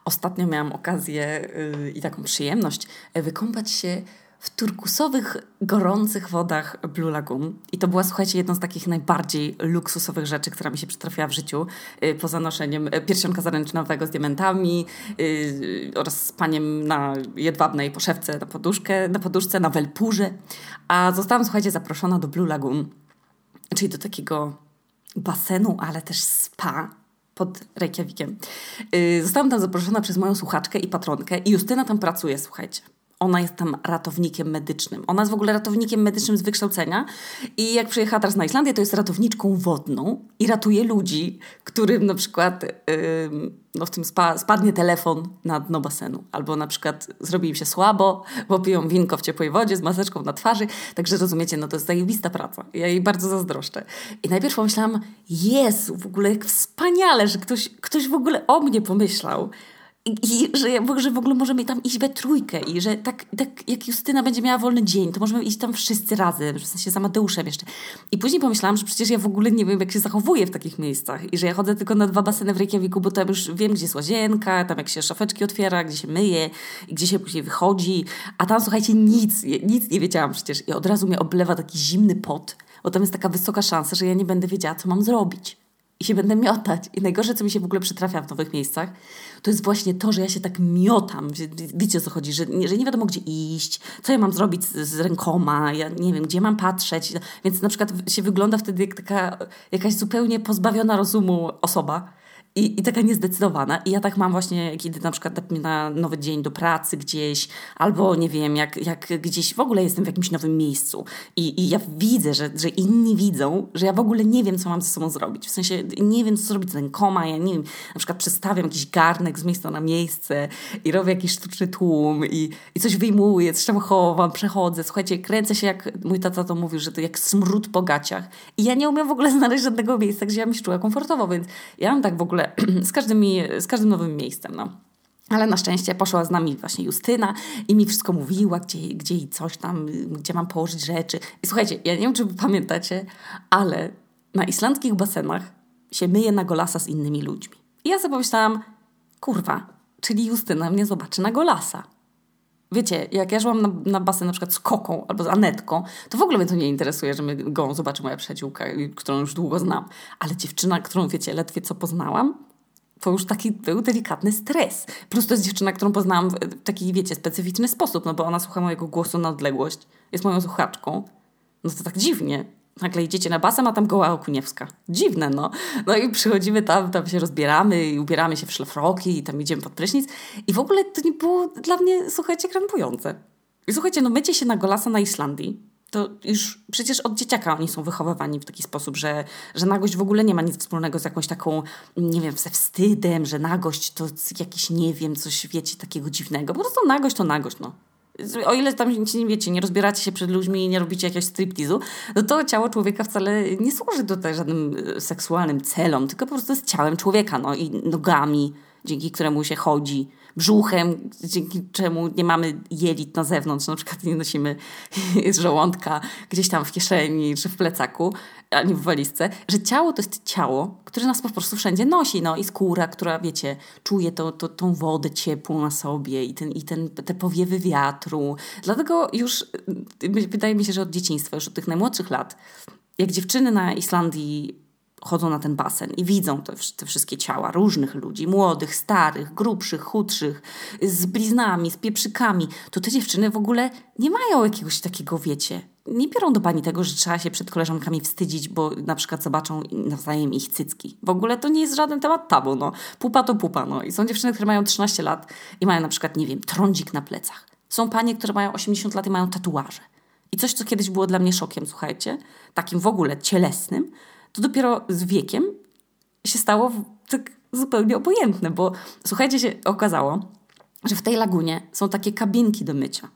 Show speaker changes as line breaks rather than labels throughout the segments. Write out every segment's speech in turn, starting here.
Ostatnio miałam okazję i taką przyjemność wykąpać się w turkusowych, gorących wodach Blue Lagoon. I to była, słuchajcie, jedną z takich najbardziej luksusowych rzeczy, która mi się przytrafiła w życiu, poza noszeniem pierścionka zaręczynowego z diamentami oraz spaniem na jedwabnej poszewce na poduszce, na welpurze. A zostałam, słuchajcie, zaproszona do Blue Lagoon, czyli do takiego basenu, ale też spa pod Reykjavikiem. Zostałam tam zaproszona przez moją słuchaczkę i patronkę i Justyna tam pracuje, słuchajcie. Ona jest tam ratownikiem medycznym. Ona jest w ogóle ratownikiem medycznym z wykształcenia i jak przyjechała teraz na Islandię, to jest ratowniczką wodną i ratuje ludzi, którym na przykład w tym spadnie telefon na dno basenu. Albo na przykład zrobi im się słabo, bo piją winko w ciepłej wodzie z maseczką na twarzy. Także rozumiecie, to jest zajebista praca. Ja jej bardzo zazdroszczę. I najpierw pomyślałam, Jezu, w ogóle jak wspaniale, że ktoś w ogóle o mnie pomyślał. I że w ogóle możemy tam iść we trójkę i że tak jak Justyna będzie miała wolny dzień, to możemy iść tam wszyscy razem, w sensie z Amadeuszem jeszcze. I później pomyślałam, że przecież ja w ogóle nie wiem, jak się zachowuję w takich miejscach i że ja chodzę tylko na 2 baseny w Reykjaviku, bo tam już wiem, gdzie jest łazienka, tam jak się szafeczki otwiera, gdzie się myje i gdzie się później wychodzi. A tam, słuchajcie, nic nie wiedziałam przecież. I od razu mnie oblewa taki zimny pot, bo tam jest taka wysoka szansa, że ja nie będę wiedziała, co mam zrobić. I się będę miotać. I najgorsze, co mi się w ogóle przytrafia w nowych miejscach, to jest właśnie to, że ja się tak miotam. Wiecie, o co chodzi? Że nie wiadomo, gdzie iść, co ja mam zrobić z rękoma, ja nie wiem, gdzie mam patrzeć. Więc na przykład się wygląda wtedy jak taka jakaś zupełnie pozbawiona rozumu osoba. I taka niezdecydowana. I ja tak mam właśnie, kiedy na przykład na nowy dzień do pracy gdzieś, albo nie wiem, jak gdzieś w ogóle jestem w jakimś nowym miejscu i ja widzę, że inni widzą, że ja w ogóle nie wiem, co mam ze sobą zrobić. W sensie nie wiem, co zrobić z rękoma, ja nie wiem, na przykład przestawiam jakiś garnek z miejsca na miejsce i robię jakiś sztuczny tłum i coś wyjmuję, coś tam chowam, przechodzę. Słuchajcie, kręcę się, jak mój tata to mówił, że to jak smród po gaciach. I ja nie umiem w ogóle znaleźć żadnego miejsca, gdzie ja bym się czuła komfortowo, więc ja mam tak w ogóle z każdym nowym miejscem, Ale na szczęście poszła z nami właśnie Justyna i mi wszystko mówiła, gdzie i coś tam, gdzie mam położyć rzeczy. I słuchajcie, ja nie wiem, czy wy pamiętacie, ale na islandzkich basenach się myje na golasa z innymi ludźmi. I ja sobie pomyślałam, kurwa, czyli Justyna mnie zobaczy na golasa. Wiecie, jak ja szłam na basen na przykład z Koką albo z Anetką, to w ogóle mnie to nie interesuje, że mnie go zobaczy moja przyjaciółka, którą już długo znam. Ale dziewczyna, którą, wiecie, ledwie co poznałam, to już taki był delikatny stres. Plus to jest dziewczyna, którą poznałam w taki, wiecie, specyficzny sposób, bo ona słucha mojego głosu na odległość, jest moją słuchaczką. To tak dziwnie. Nagle idziecie na basen, a tam goła Okuniewska. Dziwne, No i przychodzimy tam się rozbieramy i ubieramy się w szlafroki i tam idziemy pod prysznic. I w ogóle to nie było dla mnie, słuchajcie, krępujące. I słuchajcie, mycie się na golasa na Islandii, to już przecież od dzieciaka oni są wychowywani w taki sposób, że nagość w ogóle nie ma nic wspólnego z jakąś taką, nie wiem, ze wstydem, że nagość to jakiś, nie wiem, coś, wiecie, takiego dziwnego. Po prostu nagość to nagość, O ile tam, wiecie, nie rozbieracie się przed ludźmi i nie robicie jakiegoś striptizu, to ciało człowieka wcale nie służy tutaj żadnym seksualnym celom, tylko po prostu jest ciałem człowieka, i nogami, dzięki któremu się chodzi, brzuchem, dzięki czemu nie mamy jelit na zewnątrz, na przykład nie nosimy żołądka gdzieś tam w kieszeni czy w plecaku, a nie w walizce, że ciało to jest ciało, które nas po prostu wszędzie nosi, i skóra, która, wiecie, czuje tą wodę ciepłą na sobie i te powiewy wiatru. Dlatego już wydaje mi się, że od dzieciństwa, już od tych najmłodszych lat, jak dziewczyny na Islandii chodzą na ten basen i widzą te wszystkie ciała różnych ludzi, młodych, starych, grubszych, chudszych, z bliznami, z pieprzykami, to te dziewczyny w ogóle nie mają jakiegoś takiego, wiecie, nie biorą do pani tego, że trzeba się przed koleżankami wstydzić, bo na przykład zobaczą nawzajem ich cycki. W ogóle to nie jest żaden temat tabu, Pupa to pupa, I są dziewczyny, które mają 13 lat i mają na przykład, nie wiem, trądzik na plecach. Są panie, które mają 80 lat i mają tatuaże. I coś, co kiedyś było dla mnie szokiem, słuchajcie, takim w ogóle cielesnym, to dopiero z wiekiem się stało tak zupełnie obojętne, bo słuchajcie, się okazało, że w tej lagunie są takie kabinki do mycia.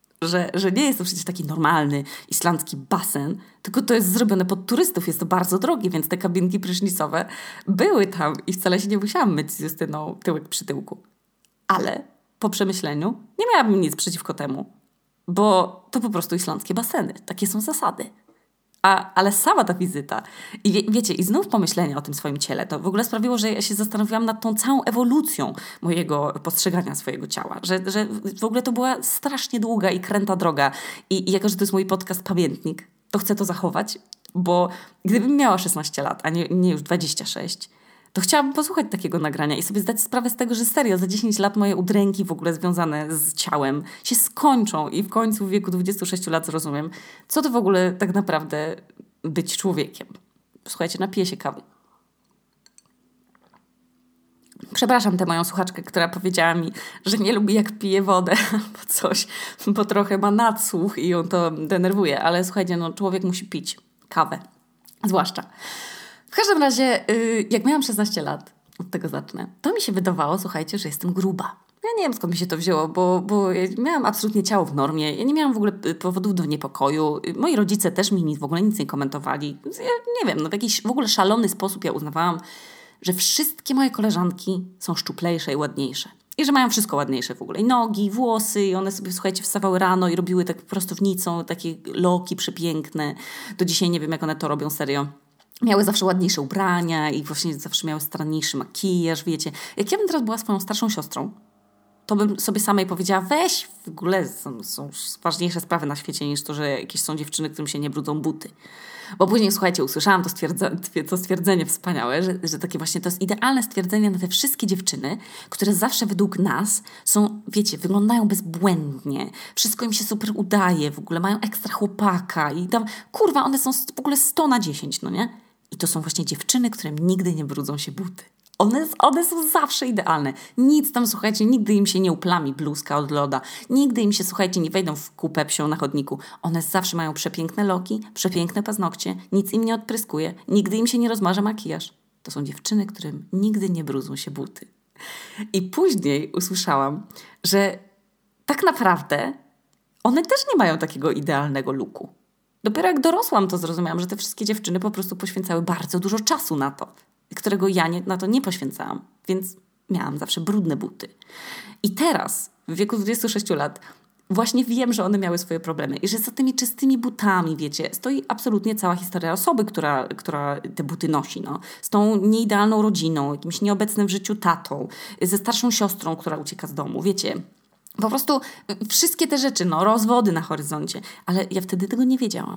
Że nie jest to przecież taki normalny islandzki basen, tylko to jest zrobione pod turystów, jest to bardzo drogie, więc te kabinki prysznicowe były tam i wcale się nie musiałam myć z Justyną tyłek przy tyłku. Ale po przemyśleniu nie miałabym nic przeciwko temu, bo to po prostu islandzkie baseny. Takie są zasady. Ale sama ta wizyta i wiecie, i znów pomyślenie o tym swoim ciele, to w ogóle sprawiło, że ja się zastanowiłam nad tą całą ewolucją mojego postrzegania swojego ciała, że w ogóle to była strasznie długa i kręta droga i jako, że to jest mój podcast Pamiętnik, to chcę to zachować, bo gdybym miała 16 lat, a nie już 26, to chciałabym posłuchać takiego nagrania i sobie zdać sprawę z tego, że serio, za 10 lat moje udręki w ogóle związane z ciałem się skończą i w końcu w wieku 26 lat zrozumiem, co to w ogóle tak naprawdę być człowiekiem. Słuchajcie, napiję się kawy. Przepraszam tę moją słuchaczkę, która powiedziała mi, że nie lubi jak pije wodę albo coś, bo trochę ma nadsłuch i ją to denerwuje, ale słuchajcie, no człowiek musi pić kawę, zwłaszcza. W każdym razie, jak miałam 16 lat, od tego zacznę, to mi się wydawało, słuchajcie, że jestem gruba. Ja nie wiem, skąd mi się to wzięło, bo ja miałam absolutnie ciało w normie. Ja nie miałam w ogóle powodów do niepokoju. Moi rodzice też mi w ogóle nic nie komentowali. Ja nie wiem, no w jakiś w ogóle szalony sposób ja uznawałam, że wszystkie moje koleżanki są szczuplejsze i ładniejsze. I że mają wszystko ładniejsze w ogóle. I nogi, i włosy, i one sobie, słuchajcie, wstawały rano i robiły tak prostownicą, takie loki przepiękne. Do dzisiaj nie wiem, jak one to robią, serio. Miały zawsze ładniejsze ubrania i właśnie zawsze miały staranniejszy makijaż, wiecie. Jak ja bym teraz była swoją starszą siostrą, to bym sobie samej powiedziała, weź, w ogóle są ważniejsze sprawy na świecie niż to, że jakieś są dziewczyny, którym się nie brudzą buty. Bo później, słuchajcie, usłyszałam to stwierdzenie wspaniałe, że takie właśnie to jest idealne stwierdzenie na te wszystkie dziewczyny, które zawsze według nas są, wiecie, wyglądają bezbłędnie, wszystko im się super udaje, w ogóle mają ekstra chłopaka i tam, kurwa, one są w ogóle 100 na 10, no nie? I to są właśnie dziewczyny, którym nigdy nie brudzą się buty. One są zawsze idealne. Nic tam, słuchajcie, nigdy im się nie uplami bluzka od loda. Nigdy im się, słuchajcie, nie wejdą w kupę psią na chodniku. One zawsze mają przepiękne loki, przepiękne paznokcie, nic im nie odpryskuje, nigdy im się nie rozmarza makijaż. To są dziewczyny, którym nigdy nie brudzą się buty. I później usłyszałam, że tak naprawdę one też nie mają takiego idealnego looku. Dopiero jak dorosłam, to zrozumiałam, że te wszystkie dziewczyny po prostu poświęcały bardzo dużo czasu na to, którego ja na to nie poświęcałam, więc miałam zawsze brudne buty. I teraz, w wieku 26 lat, właśnie wiem, że one miały swoje problemy i że za tymi czystymi butami, wiecie, stoi absolutnie cała historia osoby, która te buty nosi, no. Z tą nieidealną rodziną, jakimś nieobecnym w życiu tatą, ze starszą siostrą, która ucieka z domu, wiecie. Po prostu wszystkie te rzeczy, no, rozwody na horyzoncie. Ale ja wtedy tego nie wiedziałam.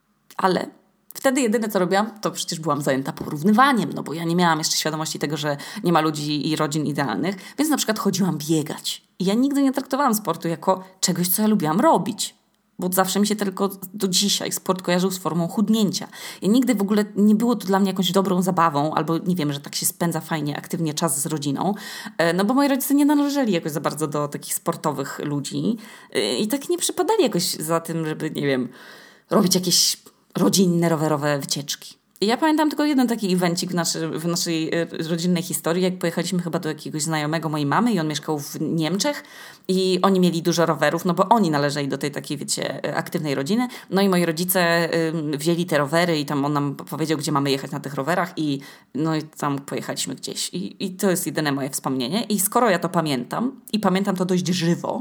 Ale wtedy jedyne, co robiłam, to przecież byłam zajęta porównywaniem, no bo ja nie miałam jeszcze świadomości tego, że nie ma ludzi i rodzin idealnych, więc na przykład chodziłam biegać. I ja nigdy nie traktowałam sportu jako czegoś, co ja lubiłam robić. Bo zawsze mi się tylko do dzisiaj sport kojarzył z formą chudnięcia. I nigdy w ogóle nie było to dla mnie jakąś dobrą zabawą, albo nie wiem, że tak się spędza fajnie, aktywnie czas z rodziną. No bo moi rodzice nie należeli jakoś za bardzo do takich sportowych ludzi i tak nie przypadali jakoś za tym, żeby, nie wiem, robić jakieś rodzinne, rowerowe wycieczki. I ja pamiętam tylko jeden taki evencik w naszej rodzinnej historii, jak pojechaliśmy chyba do jakiegoś znajomego mojej mamy i on mieszkał w Niemczech i oni mieli dużo rowerów, no bo oni należeli do tej takiej, wiecie, aktywnej rodziny. No i moi rodzice wzięli te rowery i tam on nam powiedział, gdzie mamy jechać na tych rowerach i no i tam pojechaliśmy gdzieś. I to jest jedyne moje wspomnienie. I skoro ja to pamiętam i pamiętam to dość żywo,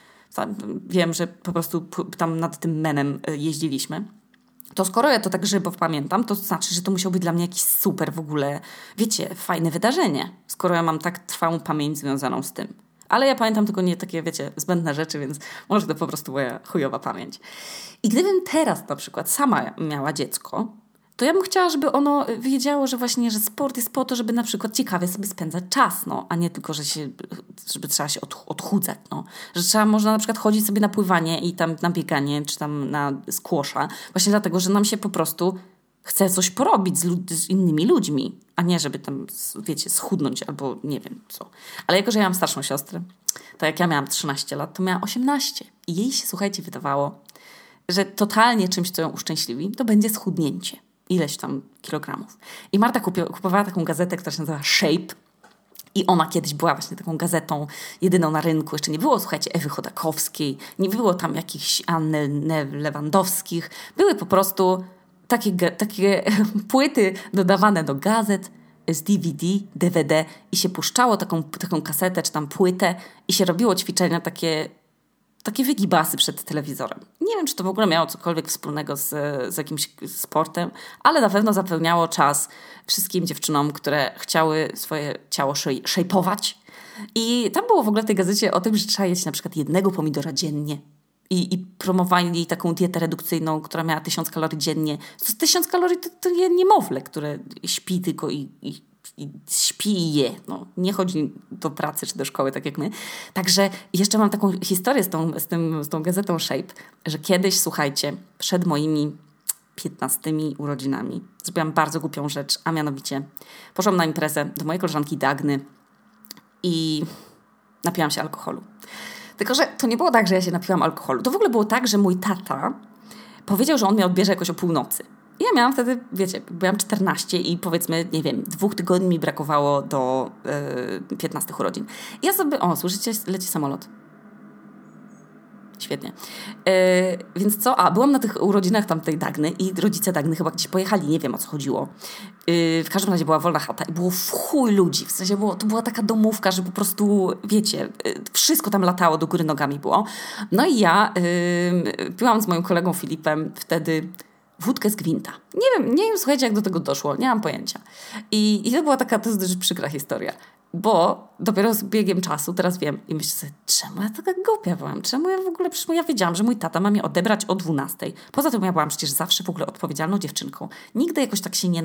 wiem, że po prostu tam nad tym menem jeździliśmy, to skoro ja to tak żywo pamiętam, to znaczy, że to musiał być dla mnie jakiś super w ogóle, wiecie, fajne wydarzenie, skoro ja mam tak trwałą pamięć związaną z tym. Ale ja pamiętam tylko nie takie, wiecie, zbędne rzeczy, więc może to po prostu moja chujowa pamięć. I gdybym teraz na przykład sama miała dziecko, to ja bym chciała, żeby ono wiedziało, że właśnie, że sport jest po to, żeby na przykład ciekawie sobie spędzać czas, no, a nie tylko, żeby trzeba się odchudzać, no. Że trzeba, można na przykład chodzić sobie na pływanie i tam na bieganie, czy tam na squasha, właśnie dlatego, że nam się po prostu chce coś porobić z innymi ludźmi, a nie żeby tam, wiecie, schudnąć albo nie wiem co. Ale jako, że ja mam starszą siostrę, to jak ja miałam 13 lat, to miała 18 i jej się, słuchajcie, wydawało, że totalnie czymś, co ją uszczęśliwi, to będzie schudnięcie. Ileś tam kilogramów. I Marta kupowała taką gazetę, która się nazywa Shape. I ona kiedyś była właśnie taką gazetą jedyną na rynku. Jeszcze nie było, słuchajcie, Ewy Chodakowskiej, nie było tam jakichś Anny Lewandowskich. Były po prostu takie płyty dodawane do gazet z DVD, DVD i się puszczało taką kasetę czy tam płytę i się robiło ćwiczenia takie takie wygibasy przed telewizorem. Nie wiem, czy to w ogóle miało cokolwiek wspólnego z jakimś sportem, ale na pewno zapełniało czas wszystkim dziewczynom, które chciały swoje ciało szejpować. I tam było w ogóle w tej gazecie o tym, że trzeba jeść na przykład jednego pomidora dziennie. I promowali taką dietę redukcyjną, która miała 1000 kalorii dziennie. 1000 kalorii to niemowlę, które śpi tylko i śpi i je. No, nie chodzi do pracy czy do szkoły, tak jak my. Także jeszcze mam taką historię z tą gazetą Shape, że kiedyś, słuchajcie, przed moimi 15 urodzinami zrobiłam bardzo głupią rzecz, a mianowicie poszłam na imprezę do mojej koleżanki Dagny i napiłam się alkoholu. Tylko że to nie było tak, że ja się napiłam alkoholu. To w ogóle było tak, że mój tata powiedział, że on mnie odbierze jakoś o północy. I ja miałam wtedy, wiecie, byłam 14 i powiedzmy, nie wiem, 2 tygodni mi brakowało do 15 urodzin. I ja sobie, słyszycie, leci samolot. Świetnie. Więc co? Byłam na tych urodzinach tamtej Dagny i rodzice Dagny chyba gdzieś pojechali, nie wiem o co chodziło. W każdym razie była wolna chata i było w chuj ludzi. W sensie to była taka domówka, że po prostu, wiecie, wszystko tam latało, do góry nogami było. No i ja piłam z moim kolegą Filipem wtedy wódkę z gwinta. Nie wiem, słuchajcie, jak do tego doszło. Nie mam pojęcia. I to była to jest dość przykra historia. Bo dopiero z biegiem czasu teraz wiem i myślę sobie, czemu ja taka głupia byłam? Czemu ja w ogóle, przecież ja wiedziałam, że mój tata ma mnie odebrać o 12. Poza tym ja byłam przecież zawsze w ogóle odpowiedzialną dziewczynką. Nigdy jakoś tak się nie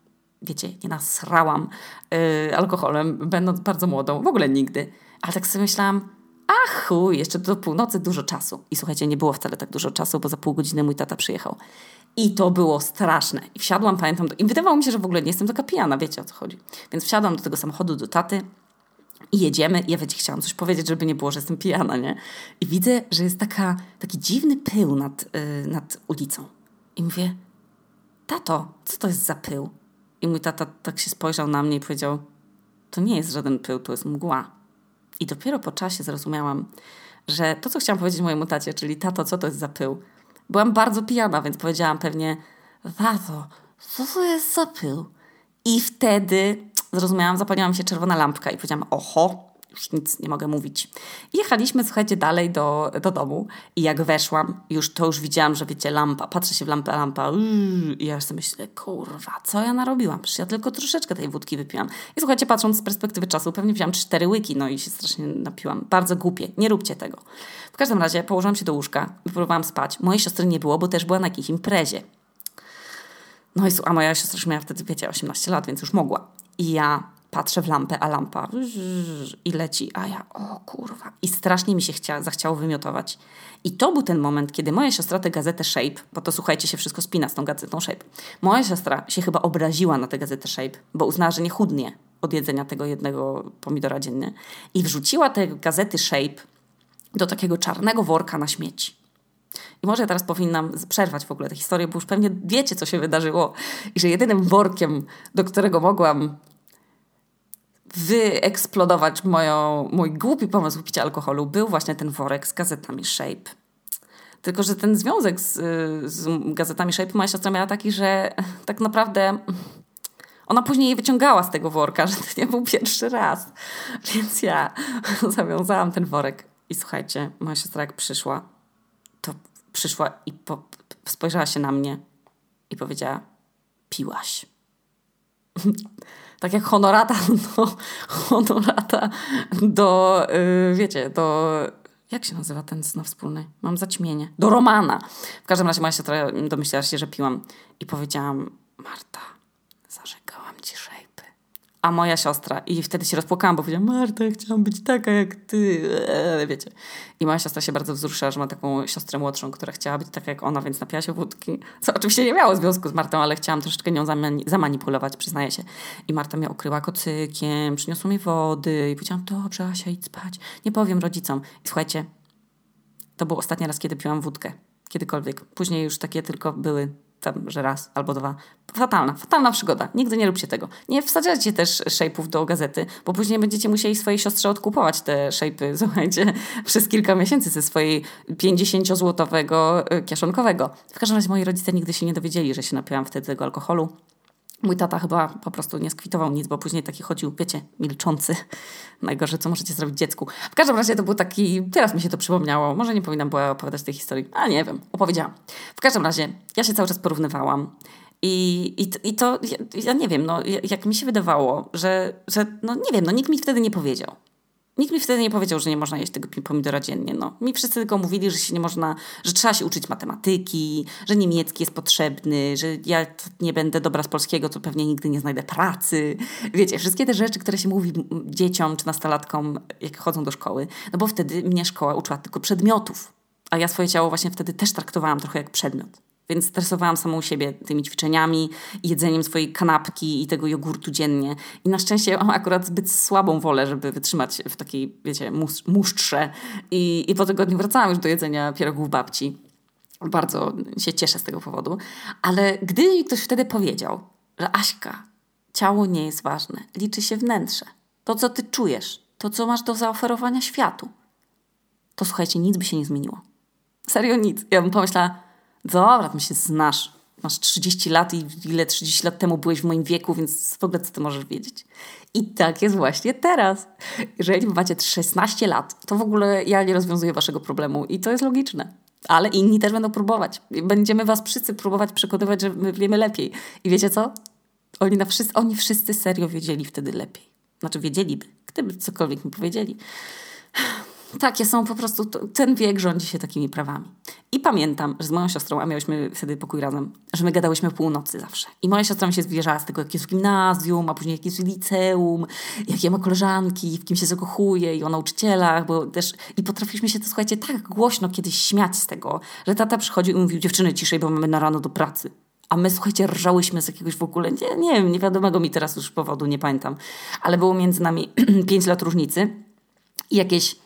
nasrałam alkoholem, będąc bardzo młodą. W ogóle nigdy. Ale tak sobie myślałam, chuj, jeszcze do północy dużo czasu. I słuchajcie, nie było wcale tak dużo czasu, bo za pół godziny mój tata przyjechał. I to było straszne. I wsiadłam, pamiętam, i wydawało mi się, że w ogóle nie jestem taka pijana, wiecie o co chodzi. Więc wsiadłam do tego samochodu do taty i jedziemy. I ja chciałam coś powiedzieć, żeby nie było, że jestem pijana, nie? I widzę, że jest taki dziwny pył nad ulicą. I mówię, tato, co to jest za pył? I mój tata tak się spojrzał na mnie i powiedział, to nie jest żaden pył, to jest mgła. I dopiero po czasie zrozumiałam, że to, co chciałam powiedzieć mojemu tacie, czyli tato, co to jest za pył? Byłam bardzo pijana, więc powiedziałam pewnie, tato, co to jest za pył? I wtedy zrozumiałam, zapaliła mi się czerwona lampka i powiedziałam, już nic nie mogę mówić. I jechaliśmy, słuchajcie, dalej do domu i jak weszłam, już widziałam, że wiecie, lampa, patrzę się w lampa i ja sobie myślę, kurwa, co ja narobiłam? Przecież ja tylko troszeczkę tej wódki wypiłam. I słuchajcie, patrząc z perspektywy czasu, pewnie wziąłam 4 łyki, no i się strasznie napiłam. Bardzo głupie, nie róbcie tego. W każdym razie położyłam się do łóżka, próbowałam spać. Mojej siostry nie było, bo też była na jakiejś imprezie. No i a moja siostra już miała wtedy, wiecie, 18 lat, więc już mogła. I ja patrzę w lampę, a lampa i leci, a ja, o kurwa. I strasznie mi się zachciało wymiotować. I to był ten moment, kiedy moja siostra tę gazetę Shape, bo to słuchajcie, się wszystko spina z tą gazetą Shape. Moja siostra się chyba obraziła na tę gazetę Shape, bo uznała, że nie chudnie od jedzenia tego jednego pomidora dziennie. I wrzuciła te gazety Shape do takiego czarnego worka na śmieci. I może teraz powinnam przerwać w ogóle tę historię, bo już pewnie wiecie, co się wydarzyło. I że jedynym workiem, do którego mogłam wyeksplodować mój głupi pomysł picia alkoholu, był właśnie ten worek z gazetami Shape. Tylko że ten związek z gazetami Shape moja siostra miała taki, że tak naprawdę ona później je wyciągała z tego worka, że to nie był pierwszy raz. Więc ja zawiązałam ten worek. I słuchajcie, moja siostra jak przyszła i spojrzała się na mnie i powiedziała, piłaś. Tak jak honorata do wiecie, jak się nazywa ten zna wspólny? Mam zaćmienie. Do Romana. W każdym razie moja siostra domyślała się, że piłam i powiedziałam, Marta, zażegałam ci szejpy. A moja siostra, i wtedy się rozpłakałam, bo powiedziałam, Marta, chciałam być taka jak ty, wiecie. I moja siostra się bardzo wzruszyła, że ma taką siostrę młodszą, która chciała być taka jak ona, więc napiła się wódki. Co oczywiście nie miało związku z Martą, ale chciałam troszeczkę nią zamanipulować, przyznaję się. I Marta mnie okryła kocykiem, przyniosła mi wody i powiedziałam, dobrze, Asia, idź spać. Nie powiem rodzicom. I słuchajcie, to był ostatni raz, kiedy piłam wódkę. Kiedykolwiek. Później już takie tylko były tam, że raz albo 2. Fatalna przygoda. Nigdy nie róbcie tego. Nie wsadzajcie też szejpów do gazety, bo później będziecie musieli swojej siostrze odkupować te szejpy, słuchajcie, przez kilka miesięcy ze swojej 50-złotowego kieszonkowego. W każdym razie moi rodzice nigdy się nie dowiedzieli, że się napiłam wtedy tego alkoholu. Mój tata chyba po prostu nie skwitował nic, bo później taki chodził, wiecie, milczący. Najgorsze, co możecie zrobić dziecku. W każdym razie to był taki, teraz mi się to przypomniało, może nie powinnam była opowiadać tej historii, a nie wiem, opowiedziałam. W każdym razie ja się cały czas porównywałam i to, ja nie wiem, no jak mi się wydawało, że no nie wiem, no nikt mi wtedy nie powiedział. Nikt mi wtedy nie powiedział, że nie można jeść tego pomidora dziennie. No. Mi wszyscy tylko mówili, że się nie można, że trzeba się uczyć matematyki, że niemiecki jest potrzebny, że ja nie będę dobra z polskiego, to pewnie nigdy nie znajdę pracy. Wiecie, wszystkie te rzeczy, które się mówi dzieciom czy nastolatkom, jak chodzą do szkoły. No bo wtedy mnie szkoła uczyła tylko przedmiotów. A ja swoje ciało właśnie wtedy też traktowałam trochę jak przedmiot. Więc stresowałam samą siebie tymi ćwiczeniami, jedzeniem swojej kanapki i tego jogurtu dziennie. I na szczęście mam akurat zbyt słabą wolę, żeby wytrzymać w takiej, wiecie, musztrze. I po tygodniu wracałam już do jedzenia pierogów babci. Bardzo się cieszę z tego powodu. Ale gdy mi ktoś wtedy powiedział, że Aśka, ciało nie jest ważne, liczy się wnętrze. To, co ty czujesz, to, co masz do zaoferowania światu. To słuchajcie, nic by się nie zmieniło. Serio nic. Ja bym pomyślała, dobra, ty się znasz. Masz 30 lat i ile 30 lat temu byłeś w moim wieku, więc w ogóle co ty możesz wiedzieć. I tak jest właśnie teraz. Jeżeli macie 16 lat, to w ogóle ja nie rozwiązuję waszego problemu i to jest logiczne. Ale inni też będą próbować. Będziemy was wszyscy próbować przekonywać, że my wiemy lepiej. I wiecie co? Oni wszyscy serio wiedzieli wtedy lepiej. Znaczy wiedzieliby, gdyby cokolwiek mi powiedzieli. Takie są po prostu, ten wiek rządzi się takimi prawami. I pamiętam, że z moją siostrą, a miałyśmy wtedy pokój razem, że my gadałyśmy północy zawsze. I moja siostra mi się zwierzała z tego, jak jest w gimnazjum, a później jak jest w liceum, jakie ma koleżanki, w kim się zakochuje i o nauczycielach, bo też... I potrafiliśmy się to, słuchajcie, tak głośno kiedyś śmiać z tego, że tata przychodził i mówił, dziewczyny, ciszej, bo mamy na rano do pracy. A my, słuchajcie, rżałyśmy z jakiegoś w ogóle, nie wiem, niewiadomego mi teraz już powodu, nie pamiętam. Ale było między nami 5 lat różnicy i jakieś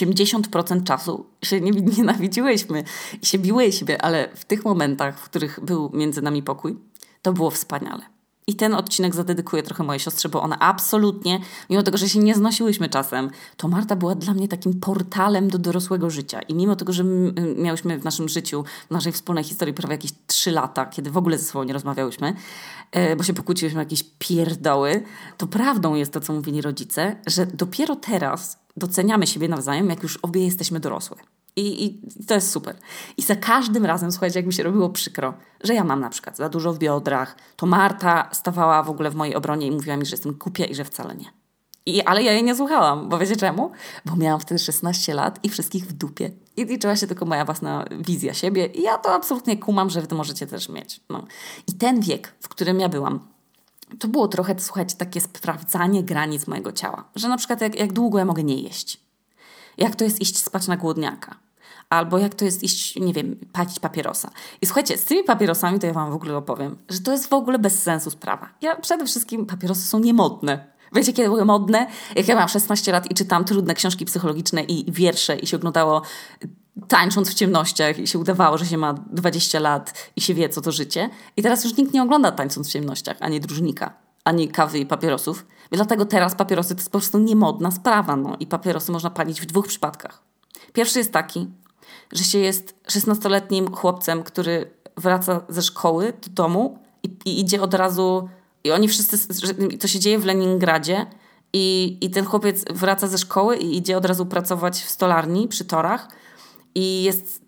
80% czasu się nienawidziłyśmy i się biłyśmy, ale w tych momentach, w których był między nami pokój, to było wspaniale. I ten odcinek zadedykuję trochę mojej siostrze, bo ona absolutnie, mimo tego, że się nie znosiłyśmy czasem, to Marta była dla mnie takim portalem do dorosłego życia. I mimo tego, że miałyśmy w naszym życiu, w naszej wspólnej historii prawie jakieś 3 lata, kiedy w ogóle ze sobą nie rozmawiałyśmy, bo się pokłóciłyśmy jakieś pierdoły, to prawdą jest to, co mówili rodzice, że dopiero teraz doceniamy siebie nawzajem, jak już obie jesteśmy dorosłe. I to jest super. I za każdym razem, słuchajcie, jak mi się robiło przykro, że ja mam na przykład za dużo w biodrach, to Marta stawała w ogóle w mojej obronie i mówiła mi, że jestem głupia i że wcale nie. Ale ja jej nie słuchałam, bo wiecie czemu? Bo miałam wtedy 16 lat i wszystkich w dupie. I liczyła się tylko moja własna wizja siebie i ja to absolutnie kumam, że wy to możecie też mieć. No. I ten wiek, w którym ja byłam, to było trochę, słuchajcie, takie sprawdzanie granic mojego ciała. Że na przykład jak długo ja mogę nie jeść. Jak to jest iść spać na głodniaka. Albo jak to jest iść, nie wiem, palić papierosa. I słuchajcie, z tymi papierosami to ja wam w ogóle opowiem, że to jest w ogóle bez sensu sprawa. Przede wszystkim papierosy są niemodne. Wiecie, kiedy były modne? Jak ja miałam 16 lat i czytałam trudne książki psychologiczne i wiersze i się oglądało Tańcząc w ciemnościach i się udawało, że się ma 20 lat i się wie, co to życie. I teraz już nikt nie ogląda Tańcząc w ciemnościach, ani Dróżnika, ani kawy i papierosów. I dlatego teraz papierosy to jest po prostu niemodna sprawa. No. I papierosy można palić w 2 przypadkach. Pierwszy jest taki, że się jest 16-letnim chłopcem, który wraca ze szkoły do domu i idzie od razu... I oni wszyscy... To się dzieje w Leningradzie i ten chłopiec wraca ze szkoły i idzie od razu pracować w stolarni przy torach. I jest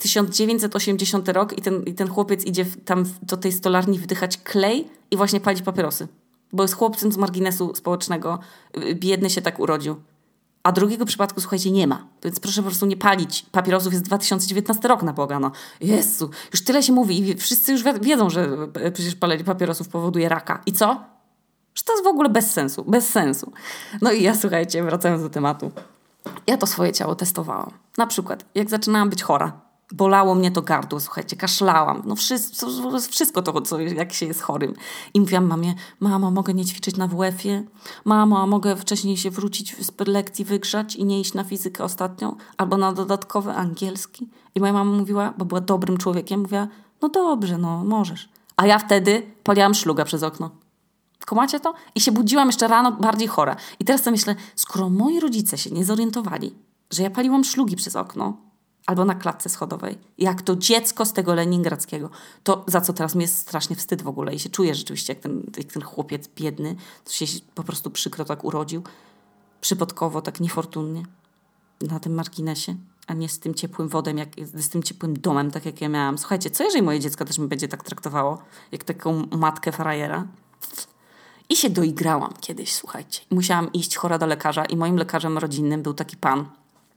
1980 rok i ten chłopiec idzie tam do tej stolarni wdychać klej i właśnie palić papierosy. Bo jest chłopcem z marginesu społecznego. Biedny się tak urodził. A drugiego przypadku, słuchajcie, nie ma. Więc proszę po prostu nie palić papierosów. Jest 2019 rok na Boga. No. Jezu, już tyle się mówi i wszyscy już wiedzą, że przecież palenie papierosów powoduje raka. I co? Że to jest w ogóle bez sensu. Bez sensu. No i ja, słuchajcie, wracając do tematu. Ja to swoje ciało testowałam. Na przykład, jak zaczynałam być chora, bolało mnie to gardło, słuchajcie, kaszlałam. No wszystko to, jak się jest chorym. I mówiłam mamie, mamo, mogę nie ćwiczyć na WF-ie? Mamo, a mogę wcześniej się wrócić z lekcji wygrzać i nie iść na fizykę ostatnią? Albo na dodatkowy angielski? I moja mama mówiła, bo była dobrym człowiekiem, mówiła, no dobrze, no możesz. A ja wtedy paliłam szluga przez okno. Kumacie to? I się budziłam jeszcze rano bardziej chora. I teraz sobie myślę, skoro moi rodzice się nie zorientowali, że ja paliłam szlugi przez okno, albo na klatce schodowej. Jak to dziecko z tego leningradzkiego. To za co teraz mi jest strasznie wstyd w ogóle i się czuję rzeczywiście jak ten chłopiec biedny, co się po prostu przykro tak urodził. Przypadkowo, tak niefortunnie. Na tym marginesie, a nie z tym ciepłym wodem, z tym ciepłym domem, tak jak ja miałam. Słuchajcie, co jeżeli moje dziecko też mi będzie tak traktowało, jak taką matkę frajera? I się doigrałam kiedyś, słuchajcie. Musiałam iść chora do lekarza i moim lekarzem rodzinnym był taki pan.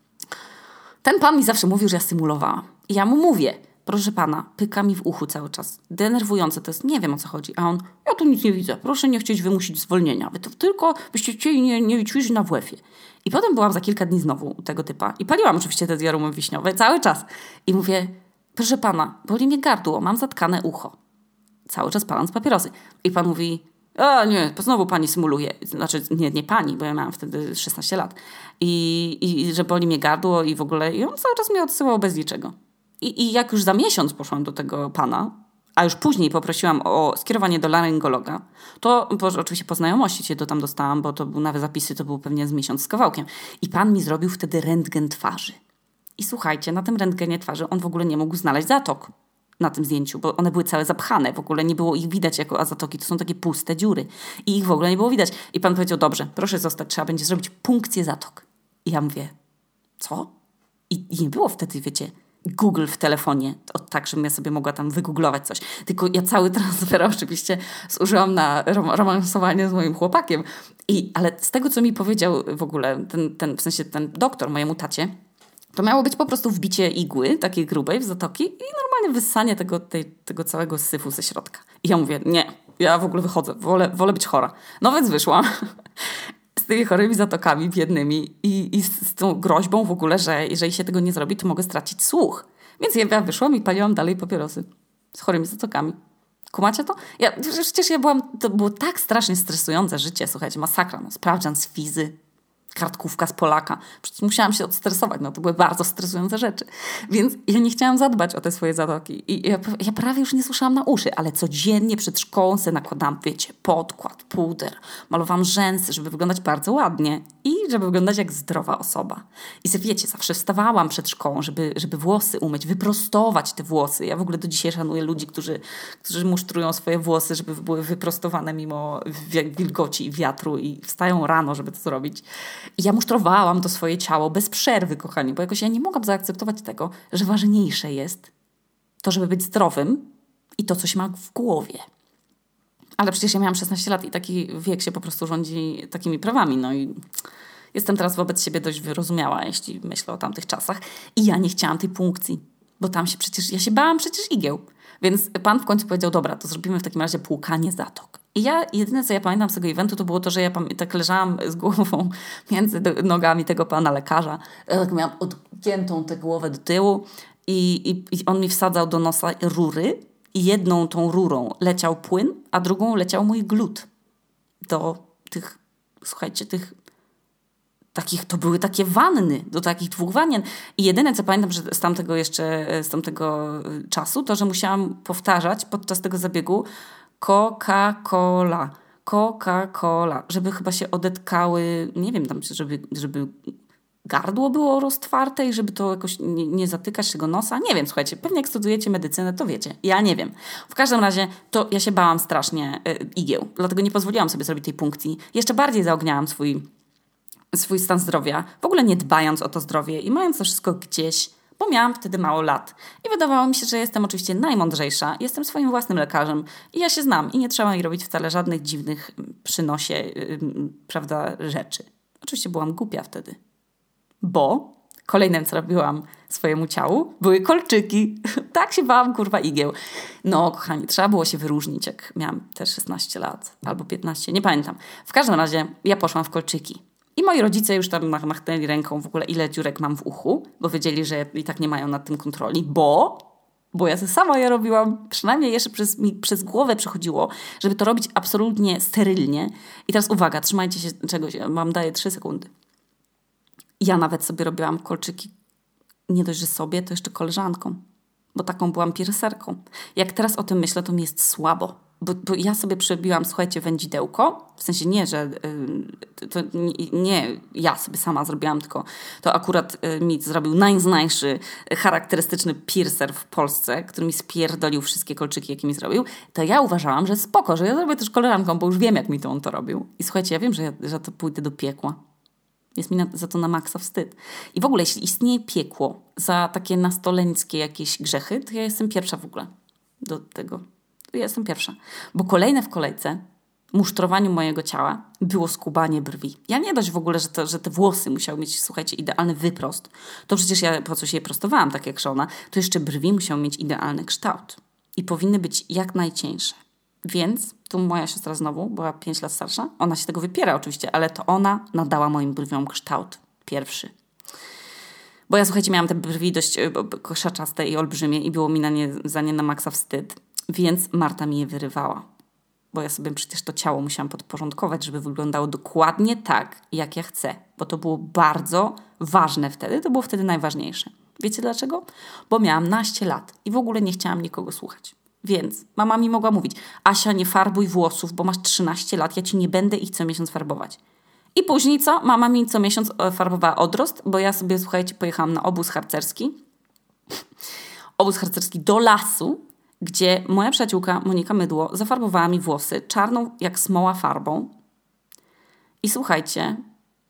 Ten pan mi zawsze mówił, że ja symulowałam. I ja mu mówię, proszę pana, pyka mi w uchu cały czas. Denerwujące to jest, nie wiem o co chodzi. A on, ja tu nic nie widzę, proszę nie chcieć wymusić zwolnienia. Wy to tylko byście chcieli nie ćwiczyć na WF-ie. I potem byłam za kilka dni znowu u tego typa. I paliłam oczywiście te diarumy wiśniowe cały czas. I mówię, proszę pana, boli mnie gardło, mam zatkane ucho. Cały czas paląc papierosy. I pan mówi, a nie, znowu pani symuluje. Znaczy, nie pani, bo ja miałam wtedy 16 lat. I że boli mnie gardło i w ogóle. I on cały czas mnie odsyłał bez niczego. I jak już za miesiąc poszłam do tego pana, a już później poprosiłam o skierowanie do laryngologa, to oczywiście po znajomości się tam dostałam, bo to był nawet zapisy, to był pewnie z miesiąc z kawałkiem. I pan mi zrobił wtedy rentgen twarzy. I słuchajcie, na tym rentgenie twarzy on w ogóle nie mógł znaleźć zatok na tym zdjęciu, bo one były całe zapchane, w ogóle nie było ich widać jako zatoki, to są takie puste dziury i ich w ogóle nie było widać. I pan powiedział, dobrze, proszę zostać, trzeba będzie zrobić punkcję zatok. I ja mówię, co? I nie było wtedy, wiecie, Google w telefonie, tak, żebym ja sobie mogła tam wygooglować coś. Tylko ja cały transfer oczywiście zużyłam na romansowanie z moim chłopakiem. Ale z tego, co mi powiedział w ogóle w sensie ten doktor mojemu tacie, to miało być po prostu wbicie igły, takiej grubej w zatoki i normalnie wyssanie tego całego syfu ze środka. I ja mówię, nie, ja w ogóle wychodzę, wolę być chora. No więc wyszłam z tymi chorymi zatokami biednymi i z tą groźbą w ogóle, że jeżeli się tego nie zrobi, to mogę stracić słuch. Więc ja wyszłam i paliłam dalej papierosy z chorymi zatokami. Kumacie to? Przecież to było tak strasznie stresujące życie, słuchajcie, masakra, sprawdzian z fizy, kartkówka z Polaka. Przecież musiałam się odstresować, to były bardzo stresujące rzeczy. Więc ja nie chciałam zadbać o te swoje zatoki. I ja prawie już nie słyszałam na uszy, ale codziennie przed szkołą sobie nakładałam, wiecie, podkład, puder, malowałam rzęsy, żeby wyglądać bardzo ładnie i żeby wyglądać jak zdrowa osoba. I wiecie, zawsze wstawałam przed szkołą, żeby włosy umyć, wyprostować te włosy. Ja w ogóle do dzisiaj szanuję ludzi, którzy musztrują swoje włosy, żeby były wyprostowane mimo wilgoci i wiatru i wstają rano, żeby to zrobić. I ja musztrowałam to swoje ciało bez przerwy, kochani, bo jakoś ja nie mogłam zaakceptować tego, że ważniejsze jest to, żeby być zdrowym i to, co się ma w głowie. Ale przecież ja miałam 16 lat i taki wiek się po prostu rządzi takimi prawami. No i jestem teraz wobec siebie dość wyrozumiała, jeśli myślę o tamtych czasach. I ja nie chciałam tej punkcji, bo tam ja się bałam przecież igieł. Więc pan w końcu powiedział, dobra, to zrobimy w takim razie płukanie zatok. I jedyne, co ja pamiętam z tego eventu, to było to, że ja tak leżałam z głową między nogami tego pana lekarza. Ja tak miałam odgiętą tę głowę do tyłu i on mi wsadzał do nosa rury i jedną tą rurą leciał płyn, a drugą leciał mój glut. Do tych, słuchajcie, to były takie wanny, do takich 2 wanien. I jedyne, co pamiętam że z tamtego czasu, to, że musiałam powtarzać podczas tego zabiegu Coca-Cola, żeby chyba się odetkały, nie wiem, tam, żeby gardło było roztwarte i żeby to jakoś nie zatykać tego nosa. Nie wiem, słuchajcie, pewnie jak studiujecie medycynę, to wiecie. Ja nie wiem. W każdym razie to ja się bałam strasznie igieł, dlatego nie pozwoliłam sobie zrobić tej punkcji. Jeszcze bardziej zaogniałam swój stan zdrowia, w ogóle nie dbając o to zdrowie i mając to wszystko gdzieś, bo miałam wtedy mało lat. I wydawało mi się, że jestem oczywiście najmądrzejsza, jestem swoim własnym lekarzem i ja się znam i nie trzeba mi robić wcale żadnych dziwnych przynosie, prawda, rzeczy. Oczywiście byłam głupia wtedy, bo kolejnym, co robiłam swojemu ciału, były kolczyki. Tak się bałam, igieł. No, kochani, trzeba było się wyróżnić, jak miałam te 16 lat albo 15, nie pamiętam. W każdym razie ja poszłam w kolczyki. I moi rodzice już tam machnęli ręką w ogóle, ile dziurek mam w uchu, bo wiedzieli, że i tak nie mają nad tym kontroli, bo ja sama je robiłam, przynajmniej jeszcze przez głowę przechodziło, żeby to robić absolutnie sterylnie. I teraz uwaga, trzymajcie się czegoś, ja wam daję 3 sekundy. Ja nawet sobie robiłam kolczyki, nie dość, że sobie, to jeszcze koleżankom, bo taką byłam pierserką. Jak teraz o tym myślę, to mi jest słabo. bo ja sobie przebiłam, słuchajcie, wędzidełko, w sensie nie, że to nie ja sobie sama zrobiłam, tylko to akurat mi zrobił najznańszy, charakterystyczny piercer w Polsce, który mi spierdolił wszystkie kolczyki, jakie mi zrobił, to ja uważałam, że spoko, że ja zrobię też koleżanką, bo już wiem, jak mi to on to robił. I słuchajcie, ja wiem, że to pójdę do piekła. Jest mi za to na maksa wstyd. I w ogóle, jeśli istnieje piekło za takie nastoleńskie jakieś grzechy, to ja jestem pierwsza w ogóle do tego. Ja jestem pierwsza. Bo kolejne w kolejce musztrowaniu mojego ciała było skubanie brwi. Ja nie dość w ogóle, że te włosy musiały mieć, słuchajcie, idealny wyprost. To przecież ja po coś je prostowałam, tak jak żona. To jeszcze brwi musiały mieć idealny kształt. I powinny być jak najcieńsze. Więc tu moja siostra znowu była 5 lat starsza. Ona się tego wypiera oczywiście, ale to ona nadała moim brwiom kształt pierwszy. Bo ja, słuchajcie, miałam te brwi dość koszaczaste i olbrzymie i było mi za nie na maksa wstyd. Więc Marta mi je wyrywała. Bo ja sobie przecież to ciało musiałam podporządkować, żeby wyglądało dokładnie tak, jak ja chcę. Bo to było bardzo ważne wtedy. To było wtedy najważniejsze. Wiecie dlaczego? Bo miałam naście lat i w ogóle nie chciałam nikogo słuchać. Więc mama mi mogła mówić: Asia, nie farbuj włosów, bo masz 13 lat, ja ci nie będę ich co miesiąc farbować. I później co? Mama mi co miesiąc farbowała odrost, bo ja sobie, słuchajcie, pojechałam na obóz harcerski. Obóz harcerski do lasu, gdzie moja przyjaciółka Monika Mydło zafarbowała mi włosy czarną jak smoła farbą. I słuchajcie,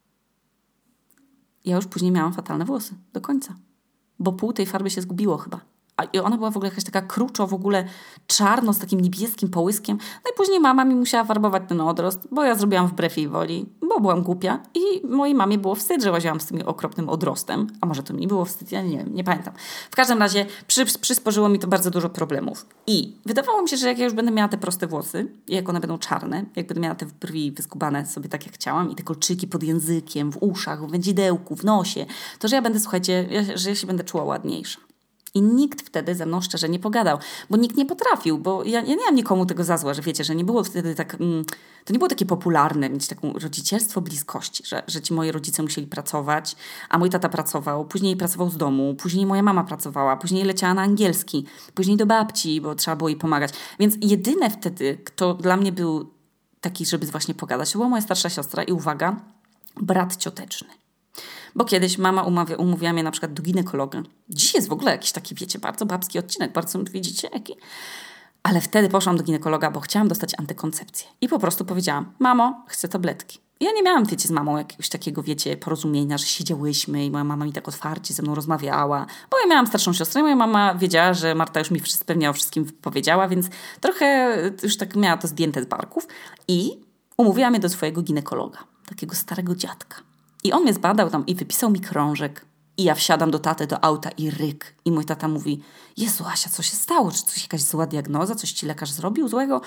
ja już później miałam fatalne włosy do końca, bo pół tej farby się zgubiło chyba. I ona była w ogóle jakaś taka kruczo, w ogóle czarno z takim niebieskim połyskiem. No i później mama mi musiała farbować ten odrost, bo ja zrobiłam wbrew jej woli, bo byłam głupia i mojej mamie było wstyd, że łaziłam z tym okropnym odrostem. A może to mi było wstyd? Ja nie wiem, nie pamiętam. W każdym razie przysporzyło mi to bardzo dużo problemów. I wydawało mi się, że jak ja już będę miała te proste włosy, i jak one będą czarne, jak będę miała te brwi wyskubane sobie tak jak chciałam i te kolczyki pod językiem, w uszach, w wędzidełku, w nosie, to że ja będę, słuchajcie, że ja się będę czuła ładniejsza. I nikt wtedy ze mną szczerze nie pogadał, bo nikt nie potrafił, bo ja nie miałam nikomu tego za złe, że wiecie, że nie było wtedy tak, to nie było takie popularne mieć taką rodzicielstwo bliskości, że ci moi rodzice musieli pracować, a mój tata pracował, później pracował z domu, później moja mama pracowała, później leciała na angielski, później do babci, bo trzeba było jej pomagać. Więc jedyne wtedy, kto dla mnie był taki, żeby właśnie pogadać, to była moja starsza siostra i uwaga, brat cioteczny. Bo kiedyś mama umówiła mnie na przykład do ginekologa. Dziś jest w ogóle jakiś taki, wiecie, bardzo babski odcinek, bardzo, widzicie, jaki? Ale wtedy poszłam do ginekologa, bo chciałam dostać antykoncepcję. I po prostu powiedziałam: mamo, chcę tabletki. I ja nie miałam, wiecie, z mamą jakiegoś takiego, wiecie, porozumienia, że siedziałyśmy i moja mama mi tak otwarcie ze mną rozmawiała. Bo ja miałam starszą siostrę i moja mama wiedziała, że Marta już mi pewnie o wszystkim powiedziała, więc trochę już tak miała to zdjęte z barków. I umówiła mnie do swojego ginekologa, takiego starego dziadka. I on mnie zbadał tam i wypisał mi krążek. I ja wsiadam do taty do auta i ryk. I mój tata mówi: Jezu, Asia, co się stało? Czy coś, jakaś zła diagnoza? Coś ci lekarz zrobił złego?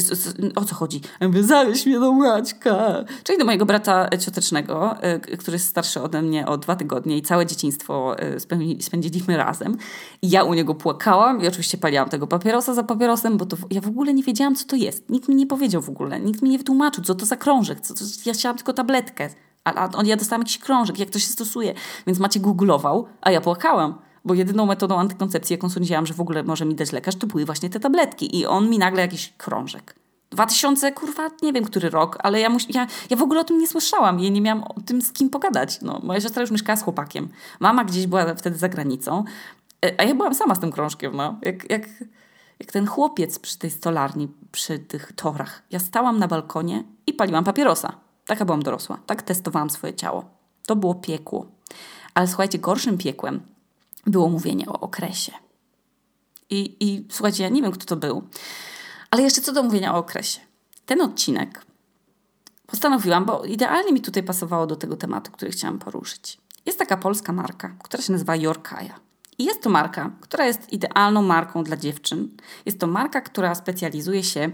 O co chodzi? Ja mówię: zawieź mnie do Maćka. Czyli do mojego brata ciotecznego, który jest starszy ode mnie o 2 tygodnie i całe dzieciństwo spędziliśmy razem. I ja u niego płakałam i oczywiście paliłam tego papierosa za papierosem, bo to ja w ogóle nie wiedziałam, co to jest. Nikt mi nie powiedział w ogóle. Nikt mi nie wytłumaczył, co to za krążek. Ja chciałam tylko tabletkę. Ja dostałam jakiś krążek, jak to się stosuje. Więc Maciek googlował, a ja płakałam. Bo jedyną metodą antykoncepcji, jaką sądziłam, że w ogóle może mi dać lekarz, to były właśnie te tabletki. I on mi nagle jakiś krążek. 2000, kurwa, nie wiem, który rok, ale ja w ogóle o tym nie słyszałam. Ja nie miałam o tym z kim pogadać. No, moja siostra już mieszkała z chłopakiem. Mama gdzieś była wtedy za granicą. A ja byłam sama z tym krążkiem, no. Jak ten chłopiec przy tej stolarni, przy tych torach. Ja stałam na balkonie i paliłam papierosa. Taka byłam dorosła. Tak testowałam swoje ciało. To było piekło. Ale słuchajcie, gorszym piekłem było mówienie o okresie. I słuchajcie, ja nie wiem, kto to był. Ale jeszcze co do mówienia o okresie. Ten odcinek postanowiłam, bo idealnie mi tutaj pasowało do tego tematu, który chciałam poruszyć. Jest taka polska marka, która się nazywa Yorkaya. I jest to marka, która jest idealną marką dla dziewczyn. Jest to marka, która specjalizuje się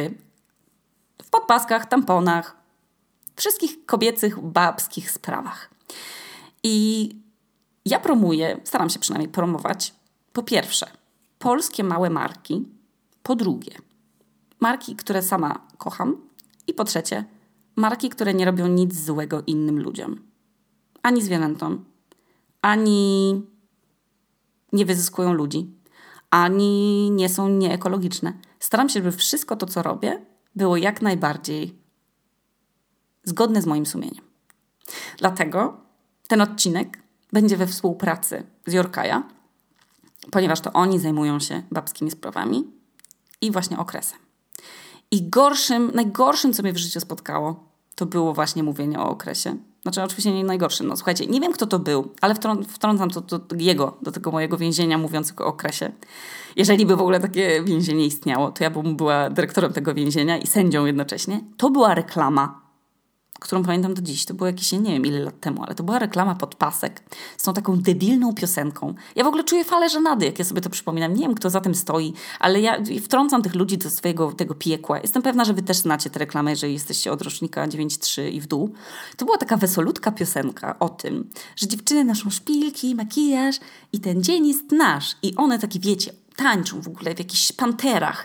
w podpaskach, tamponach, wszystkich kobiecych, babskich sprawach. I ja staram się przynajmniej promować, po pierwsze, polskie małe marki, po drugie, marki, które sama kocham i po trzecie, marki, które nie robią nic złego innym ludziom. Ani zwierzętom, ani nie wyzyskują ludzi, ani nie są nieekologiczne. staram się, żeby wszystko to, co robię, było jak najbardziej zgodne z moim sumieniem. Dlatego ten odcinek będzie we współpracy z Yorkaja, ponieważ to oni zajmują się babskimi sprawami i właśnie okresem. I najgorszym, co mnie w życiu spotkało, to było właśnie mówienie o okresie. Znaczy oczywiście nie najgorszym. No słuchajcie, nie wiem kto to był, ale wtrącam to do tego mojego więzienia mówiącego o okresie. Jeżeli by w ogóle takie więzienie istniało, to ja bym była dyrektorem tego więzienia i sędzią jednocześnie. To była reklama, którą pamiętam do dziś. To było jakieś, nie wiem ile lat temu, ale to była reklama pod pasek z tą taką debilną piosenką. Ja w ogóle czuję falę żenady, jak ja sobie to przypominam. Nie wiem, kto za tym stoi, ale ja wtrącam tych ludzi do swojego tego piekła. Jestem pewna, że wy też znacie tę reklamę, jeżeli jesteście od rocznika 9-3 i w dół. To była taka wesolutka piosenka o tym, że dziewczyny noszą szpilki, makijaż i ten dzień jest nasz. I one takie, wiecie, tańczą w ogóle w jakichś panterach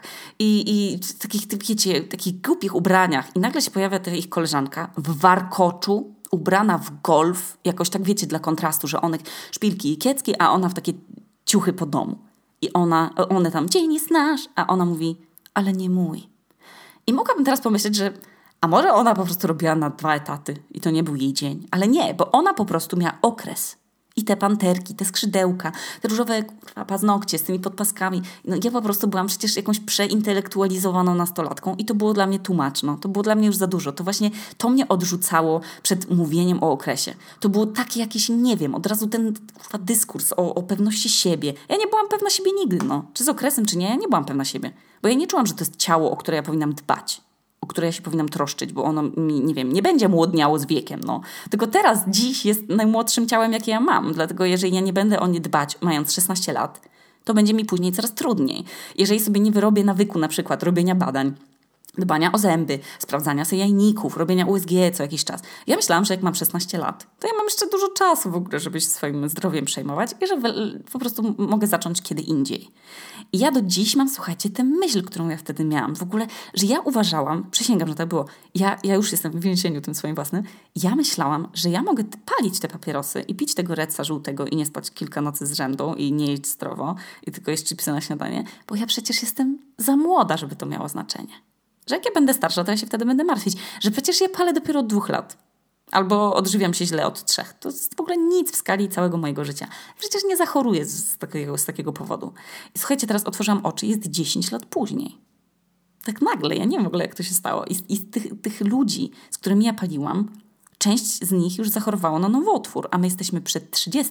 i takich, wiecie, takich głupich ubraniach. I nagle się pojawia ta ich koleżanka w warkoczu, ubrana w golf, jakoś tak, wiecie, dla kontrastu, że one szpilki i kiecki, a ona w takie ciuchy po domu. I one tam, dzień jest nasz, a ona mówi, ale nie mój. I mogłabym teraz pomyśleć, że a może ona po prostu robiła na 2 etaty i to nie był jej dzień. Ale nie, bo ona po prostu miała okres. I te panterki, te skrzydełka, te różowe paznokcie z tymi podpaskami. No, ja po prostu byłam przecież jakąś przeintelektualizowaną nastolatką i to było dla mnie too much, no. To było dla mnie już za dużo. To właśnie to mnie odrzucało przed mówieniem o okresie. To było takie jakieś, nie wiem, od razu ten dyskurs o pewności siebie. Ja nie byłam pewna siebie nigdy, no. Czy z okresem, czy nie, ja nie byłam pewna siebie. Bo ja nie czułam, że to jest ciało, o które ja powinnam dbać, o które ja się powinnam troszczyć, bo ono mi, nie wiem, nie będzie młodniało z wiekiem, no. Tylko dziś jest najmłodszym ciałem, jakie ja mam. Dlatego jeżeli ja nie będę o nie dbać, mając 16 lat, to będzie mi później coraz trudniej. Jeżeli sobie nie wyrobię nawyku na przykład robienia badań, dbania o zęby, sprawdzania sobie jajników, robienia USG co jakiś czas. Ja myślałam, że jak mam 16 lat, to ja mam jeszcze dużo czasu w ogóle, żeby się swoim zdrowiem przejmować i że po prostu mogę zacząć kiedy indziej. I ja do dziś mam, słuchajcie, tę myśl, którą ja wtedy miałam. W ogóle, że ja uważałam, przysięgam, że tak było, ja już jestem w więzieniu tym swoim własnym, ja myślałam, że ja mogę palić te papierosy i pić tego Redsa żółtego i nie spać kilka nocy z rzędu i nie jeść zdrowo i tylko jeść chipsy na śniadanie, bo ja przecież jestem za młoda, żeby to miało znaczenie. Że jak ja będę starsza, to ja się wtedy będę martwić. Że przecież ja palę dopiero od 2 lat. Albo odżywiam się źle od 3. To jest w ogóle nic w skali całego mojego życia. Przecież nie zachoruję z takiego powodu. I słuchajcie, teraz otworzyłam oczy. Jest 10 lat później. Tak nagle. Ja nie wiem w ogóle, jak to się stało. I z tych ludzi, z którymi ja paliłam, część z nich już zachorowało na nowotwór. A my jesteśmy przed 30.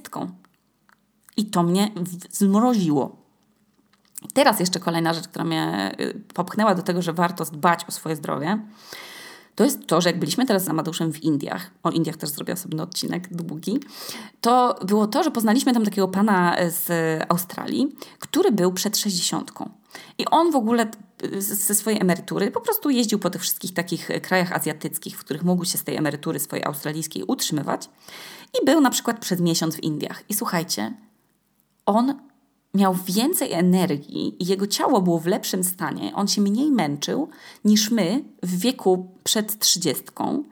I to mnie zmroziło. Teraz jeszcze kolejna rzecz, która mnie popchnęła do tego, że warto dbać o swoje zdrowie, to jest to, że jak byliśmy teraz z Amadeuszem w Indiach, o Indiach też zrobię osobny odcinek długi, to było to, że poznaliśmy tam takiego pana z Australii, który był przed 60. I on w ogóle ze swojej emerytury po prostu jeździł po tych wszystkich takich krajach azjatyckich, w których mógł się z tej emerytury swojej australijskiej utrzymywać i był na przykład przez miesiąc w Indiach. I słuchajcie, on miał więcej energii i jego ciało było w lepszym stanie, on się mniej męczył niż my w wieku przed 30,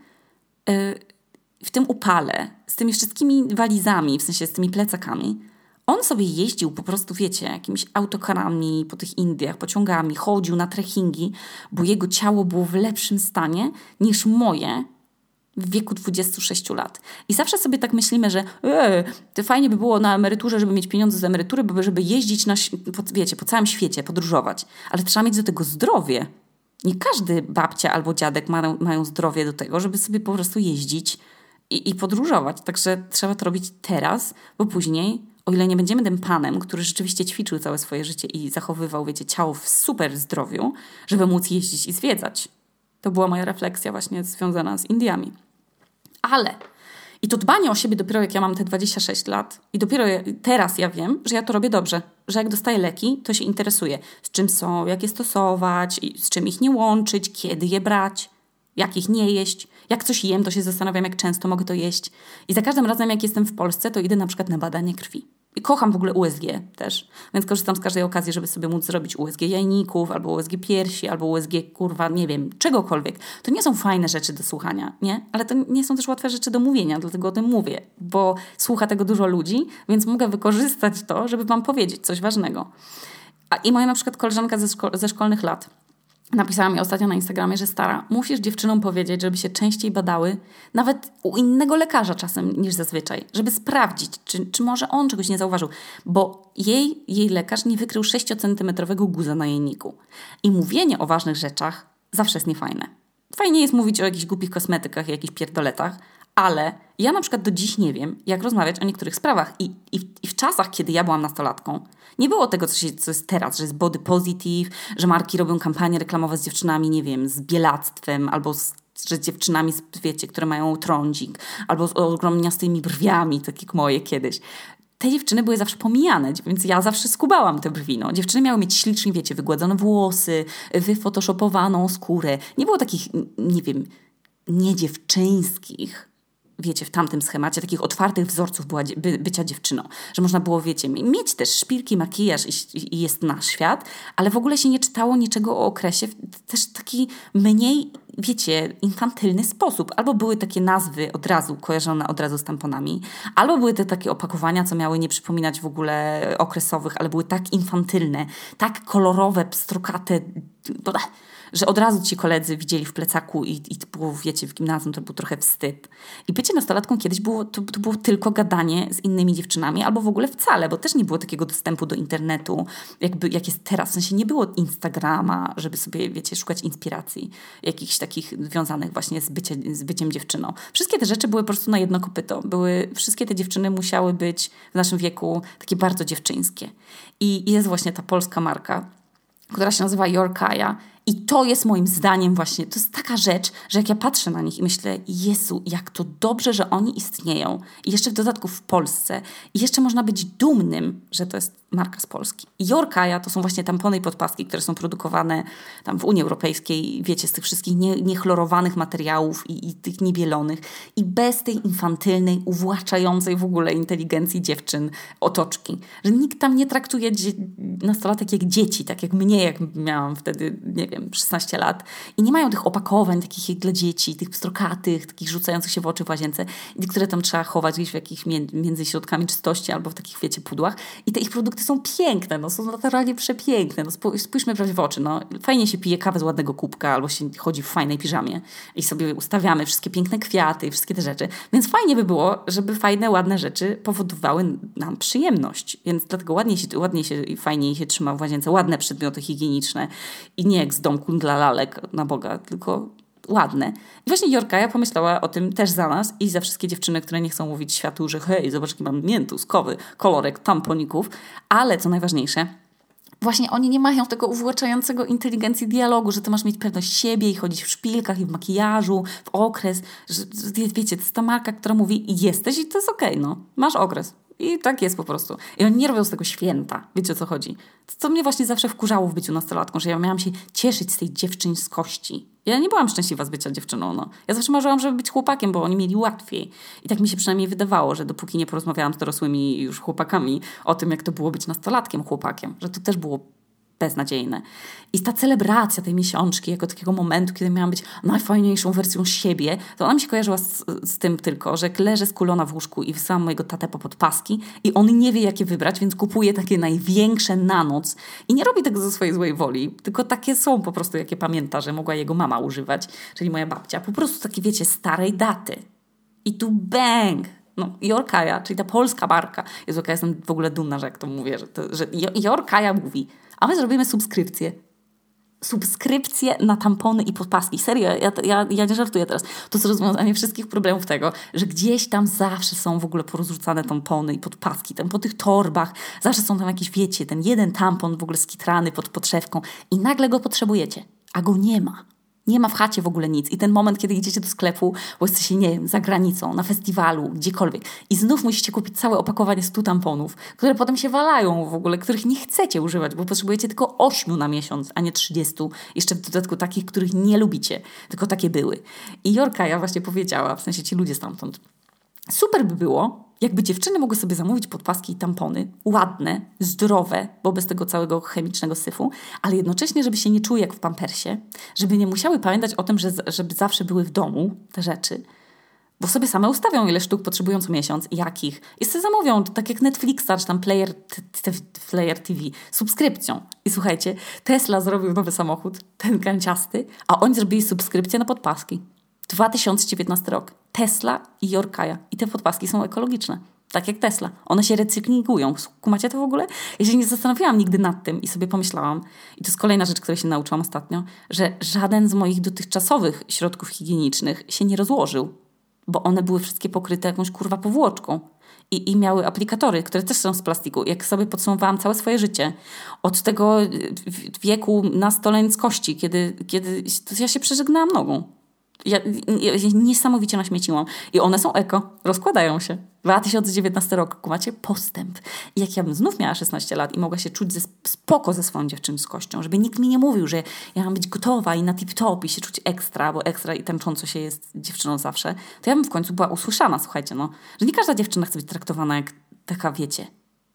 w tym upale, z tymi wszystkimi walizami, w sensie z tymi plecakami. On sobie jeździł po prostu, wiecie, jakimiś autokarami po tych Indiach, pociągami, chodził na trekkingi, bo jego ciało było w lepszym stanie niż moje w wieku 26 lat. I zawsze sobie tak myślimy, że to fajnie by było na emeryturze, żeby mieć pieniądze z emerytury, żeby jeździć po całym świecie, podróżować. Ale trzeba mieć do tego zdrowie. Nie każdy babcia albo dziadek mają zdrowie do tego, żeby sobie po prostu jeździć i podróżować. Także trzeba to robić teraz, bo później, o ile nie będziemy tym panem, który rzeczywiście ćwiczył całe swoje życie i zachowywał, wiecie, ciało w super zdrowiu, żeby móc jeździć i zwiedzać. To była moja refleksja właśnie związana z Indiami. Ale i to dbanie o siebie dopiero jak ja mam te 26 lat i dopiero teraz ja wiem, że ja to robię dobrze. Że jak dostaję leki, to się interesuję, z czym są, jak je stosować, z czym ich nie łączyć, kiedy je brać, jak ich nie jeść. Jak coś jem, to się zastanawiam, jak często mogę to jeść. I za każdym razem, jak jestem w Polsce, to idę na przykład na badanie krwi. I kocham w ogóle USG też, więc korzystam z każdej okazji, żeby sobie móc zrobić USG jajników, albo USG piersi, albo USG, nie wiem, czegokolwiek. To nie są fajne rzeczy do słuchania, nie? Ale to nie są też łatwe rzeczy do mówienia, dlatego o tym mówię, bo słucha tego dużo ludzi, więc mogę wykorzystać to, żeby wam powiedzieć coś ważnego. I moja na przykład koleżanka ze szkolnych lat napisała mi ostatnio na Instagramie, że stara, musisz dziewczynom powiedzieć, żeby się częściej badały, nawet u innego lekarza czasem niż zazwyczaj, żeby sprawdzić, czy może on czegoś nie zauważył, bo jej lekarz nie wykrył 6-centymetrowego guza na jajniku. I mówienie o ważnych rzeczach zawsze jest niefajne. Fajnie jest mówić o jakichś głupich kosmetykach i jakichś pierdoletach, ale ja na przykład do dziś nie wiem, jak rozmawiać o niektórych sprawach. I w czasach, kiedy ja byłam nastolatką, nie było tego, co jest teraz, że jest body positive, że marki robią kampanie reklamowe z dziewczynami, nie wiem, z bielactwem, albo że z dziewczynami, wiecie, które mają trądzik, albo z ogromniastymi brwiami, tak jak moje kiedyś. Te dziewczyny były zawsze pomijane, więc ja zawsze skubałam te brwi. No. Dziewczyny miały mieć ślicznie, wiecie, wygładzone włosy, wyfotoshopowaną skórę. Nie było takich, nie wiem, niedziewczyńskich, wiecie, w tamtym schemacie, takich otwartych wzorców bycia dziewczyną. Że można było, wiecie, mieć też szpilki, makijaż i jest nasz świat, ale w ogóle się nie czytało niczego o okresie w też taki mniej, wiecie, infantylny sposób. Albo były takie nazwy od razu, kojarzone od razu z tamponami, albo były te takie opakowania, co miały nie przypominać w ogóle okresowych, ale były tak infantylne, tak kolorowe, pstrokate, że od razu ci koledzy widzieli w plecaku i to było, wiecie, w gimnazjum to był trochę wstyd. I bycie nastolatką kiedyś to było tylko gadanie z innymi dziewczynami, albo w ogóle wcale, bo też nie było takiego dostępu do internetu, jak jest teraz. W sensie nie było Instagrama, żeby sobie, wiecie, szukać inspiracji jakichś takich związanych właśnie z byciem dziewczyną. Wszystkie te rzeczy były po prostu na jedno kopyto. Wszystkie te dziewczyny musiały być w naszym wieku takie bardzo dziewczyńskie. I jest właśnie ta polska marka, która się nazywa Your Kaya. I to jest moim zdaniem właśnie, to jest taka rzecz, że jak ja patrzę na nich i myślę, Jezu, jak to dobrze, że oni istnieją. I jeszcze w dodatku w Polsce. I jeszcze można być dumnym, że to jest marka z Polski. I Your Kaya to są właśnie tampony i podpaski, które są produkowane tam w Unii Europejskiej, wiecie, z tych wszystkich niechlorowanych materiałów i tych niebielonych. I bez tej infantylnej, uwłaczającej w ogóle inteligencji dziewczyn otoczki. Że nikt tam nie traktuje nastolatek jak dzieci, tak jak mnie, jak miałam wtedy, nie wiem, 16 lat. I nie mają tych opakowań takich jak dla dzieci, tych pstrokatych, takich rzucających się w oczy w łazience, które tam trzeba chować gdzieś w jakichś między środkami czystości albo w takich, wiecie, pudłach. I te ich produkty są piękne, no, są naturalnie przepiękne. No, spójrzmy prawdzie w oczy. No. Fajnie się pije kawę z ładnego kubka albo się chodzi w fajnej piżamie i sobie ustawiamy wszystkie piękne kwiaty i wszystkie te rzeczy. Więc fajnie by było, żeby fajne, ładne rzeczy powodowały nam przyjemność. Więc dlatego ładnie się i fajniej się trzyma w łazience. Ładne przedmioty higieniczne i nie jak z domku dla lalek na Boga, tylko ładne. I właśnie Your Kaya pomyślała o tym też za nas i za wszystkie dziewczyny, które nie chcą mówić światu, że hej, zobacz, jaki mam miętus, kowy, kolorek, tamponików. Ale co najważniejsze, właśnie oni nie mają tego uwłaczającego inteligencji dialogu, że ty masz mieć pewność siebie i chodzić w szpilkach i w makijażu, w okres. Że, wiecie, to jest ta marka, która mówi jesteś i to jest okej, no. Masz okres. I tak jest po prostu. I oni nie robią z tego święta. Wiecie, o co chodzi? To mnie właśnie zawsze wkurzało w byciu nastolatką, że ja miałam się cieszyć z tej dziewczyńskości. Ja nie byłam szczęśliwa z bycia dziewczyną, no. Ja zawsze marzyłam, żeby być chłopakiem, bo oni mieli łatwiej. I tak mi się przynajmniej wydawało, że dopóki nie porozmawiałam z dorosłymi już chłopakami o tym, jak to było być nastolatkiem chłopakiem, że to też było beznadziejne. I ta celebracja tej miesiączki, jako takiego momentu, kiedy miałam być najfajniejszą wersją siebie, to ona mi się kojarzyła z tym tylko, że leżę skulona w łóżku i wysyłam mojego tatę po podpaski i on nie wie, jakie wybrać, więc kupuje takie największe na noc i nie robi tego ze swojej złej woli, tylko takie są po prostu, jakie pamięta, że mogła jego mama używać, czyli moja babcia. Po prostu takie, wiecie, starej daty. I tu bang! No, Your Kaya, czyli ta polska marka. Jezu, jaka jestem w ogóle dumna, że jak to mówię, że Your Kaya mówi, a my zrobimy subskrypcję na tampony i podpaski. Serio, ja nie żartuję teraz. To jest rozwiązanie wszystkich problemów tego, że gdzieś tam zawsze są w ogóle porozrzucane tampony i podpaski. Tam po tych torbach zawsze są tam jakieś, wiecie, ten jeden tampon w ogóle skitrany pod podszewką i nagle go potrzebujecie, a go nie ma. Nie ma w chacie w ogóle nic. I ten moment, kiedy idziecie do sklepu, bo jesteście, nie wiem, za granicą, na festiwalu, gdziekolwiek i znów musicie kupić całe opakowanie 100 tamponów, które potem się walają w ogóle, których nie chcecie używać, bo potrzebujecie tylko 8 na miesiąc, a nie 30. Jeszcze w dodatku takich, których nie lubicie. Tylko takie były. I Your Kaya właśnie powiedziała, w sensie ci ludzie stamtąd, super by było, jakby dziewczyny mogły sobie zamówić podpaski i tampony, ładne, zdrowe, bo bez tego całego chemicznego syfu, ale jednocześnie, żeby się nie czuły jak w pampersie, żeby nie musiały pamiętać o tym, żeby zawsze były w domu te rzeczy, Bo sobie same ustawią, ile sztuk potrzebują co miesiąc i jakich. I sobie zamówią, tak jak Netflixa, czy tam Player TV, subskrypcją. I słuchajcie, Tesla zrobił nowy samochód, ten kanciasty, a oni zrobili subskrypcję na podpaski. 2019 rok. Tesla i Yorkaya. I te podpaski są ekologiczne. Tak jak Tesla. One się recyklingują. Kumacie to w ogóle? Ja się nie zastanawiałam nigdy nad tym i sobie pomyślałam, i to jest kolejna rzecz, której się nauczyłam ostatnio, że żaden z moich dotychczasowych środków higienicznych się nie rozłożył. Bo one były wszystkie pokryte jakąś powłoczką. I miały aplikatory, które też są z plastiku. Jak sobie podsumowałam całe swoje życie, od tego wieku nastoleńskości, kiedy ja się przeżegnałam nogą. Ja niesamowicie naśmieciłam. I one są eko, rozkładają się. 2019 rok, macie postęp. I jak ja bym znów miała 16 lat i mogła się czuć spoko ze swoją dziewczynskością, żeby nikt mi nie mówił, że ja mam być gotowa i na tip-top i się czuć ekstra, bo ekstra i tęcząco się jest dziewczyną zawsze, to ja bym w końcu była usłyszana, słuchajcie, że nie każda dziewczyna chce być traktowana jak taka, wiecie.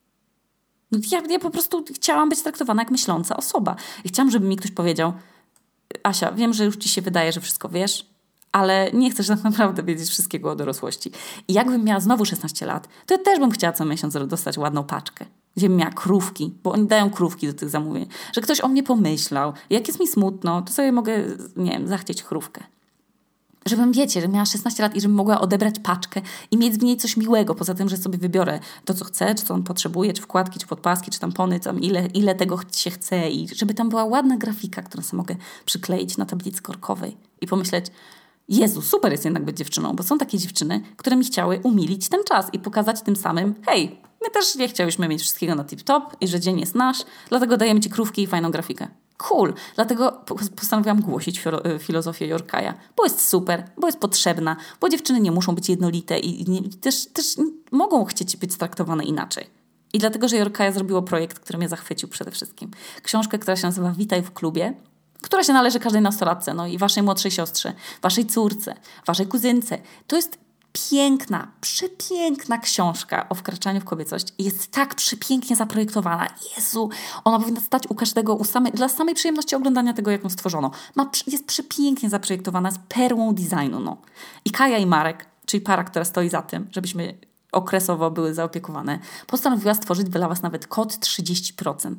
Ja po prostu chciałam być traktowana jak myśląca osoba. I chciałam, żeby mi ktoś powiedział: Asia, wiem, że już ci się wydaje, że wszystko wiesz, ale nie chcesz tak naprawdę wiedzieć wszystkiego o dorosłości. I jakbym miała znowu 16 lat, to ja też bym chciała co miesiąc dostać ładną paczkę. Gdzie bym miała krówki, bo oni dają krówki do tych zamówień. Że ktoś o mnie pomyślał. Jak jest mi smutno, to sobie mogę, nie wiem, zachcieć krówkę. Żebym, wiecie, że miała 16 lat i żebym mogła odebrać paczkę i mieć w niej coś miłego, poza tym, że sobie wybiorę to, co chcę, czy co on potrzebuje, czy wkładki, czy podpaski, czy tampony, tam ile tego się chce i żeby tam była ładna grafika, którą sobie mogę przykleić na tablicy korkowej i pomyśleć: Jezu, super jest jednak być dziewczyną, bo są takie dziewczyny, które mi chciały umilić ten czas i pokazać tym samym: hej, my też nie chciałyśmy mieć wszystkiego na tip-top i że dzień jest nasz, dlatego dajemy ci krówki i fajną grafikę. Cool. Dlatego postanowiłam głosić filozofię Yorkaya, bo jest super, bo jest potrzebna, bo dziewczyny nie muszą być jednolite i też mogą chcieć być traktowane inaczej. I dlatego, że Yorkaya zrobiło projekt, który mnie zachwycił przede wszystkim. Książkę, która się nazywa Witaj w klubie, która się należy każdej nastolatce, i waszej młodszej siostrze, waszej córce, waszej kuzynce. To jest piękna, przepiękna książka o wkraczaniu w kobiecość i jest tak przepięknie zaprojektowana. Jezu, ona powinna stać u każdego, dla samej przyjemności oglądania tego, jak ją stworzono. Jest przepięknie zaprojektowana, z perłą designu. I Kaja i Marek, czyli para, która stoi za tym, żebyśmy okresowo były zaopiekowane, postanowiła stworzyć dla was nawet kod 30%.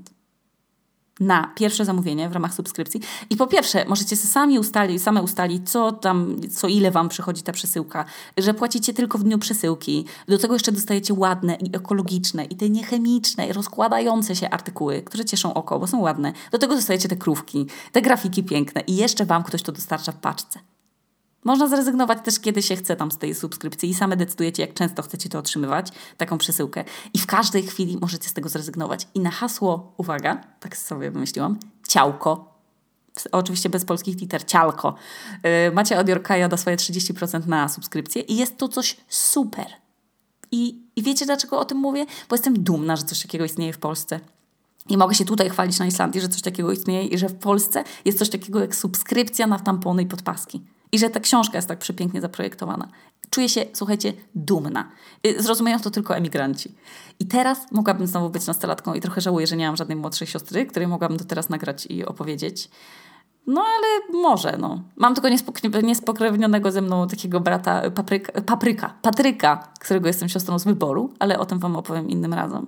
Na pierwsze zamówienie w ramach subskrypcji. I po pierwsze, możecie same ustalić, co ile wam przychodzi ta przesyłka, że płacicie tylko w dniu przesyłki. Do tego jeszcze dostajecie ładne i ekologiczne i te niechemiczne i rozkładające się artykuły, które cieszą oko, bo są ładne. Do tego dostajecie te krówki, te grafiki piękne i jeszcze wam ktoś to dostarcza w paczce. Można zrezygnować też, kiedy się chce tam z tej subskrypcji i same decydujecie, jak często chcecie to otrzymywać, taką przesyłkę. I w każdej chwili możecie z tego zrezygnować. I na hasło, uwaga, tak sobie wymyśliłam, ciałko, oczywiście bez polskich liter, cialko, macie od Yorkaya do swoje 30% na subskrypcję i jest to coś super. I wiecie, dlaczego o tym mówię? Bo jestem dumna, że coś takiego istnieje w Polsce. I mogę się tutaj chwalić na Islandii, że coś takiego istnieje i że w Polsce jest coś takiego jak subskrypcja na tampony i podpaski. I że ta książka jest tak przepięknie zaprojektowana. Czuję się, słuchajcie, dumna. Zrozumieją to tylko emigranci. I teraz mogłabym znowu być nastolatką i trochę żałuję, że nie mam żadnej młodszej siostry, której mogłabym to teraz nagrać i opowiedzieć. Ale może, Mam tylko niespokrewnionego ze mną takiego brata Patryka, którego jestem siostrą z wyboru, ale o tym wam opowiem innym razem.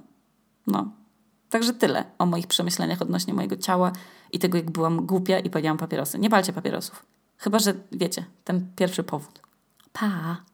Także tyle o moich przemyśleniach odnośnie mojego ciała i tego, jak byłam głupia i paliłam papierosy. Nie palcie papierosów. Chyba że, wiecie, ten pierwszy powód. Pa!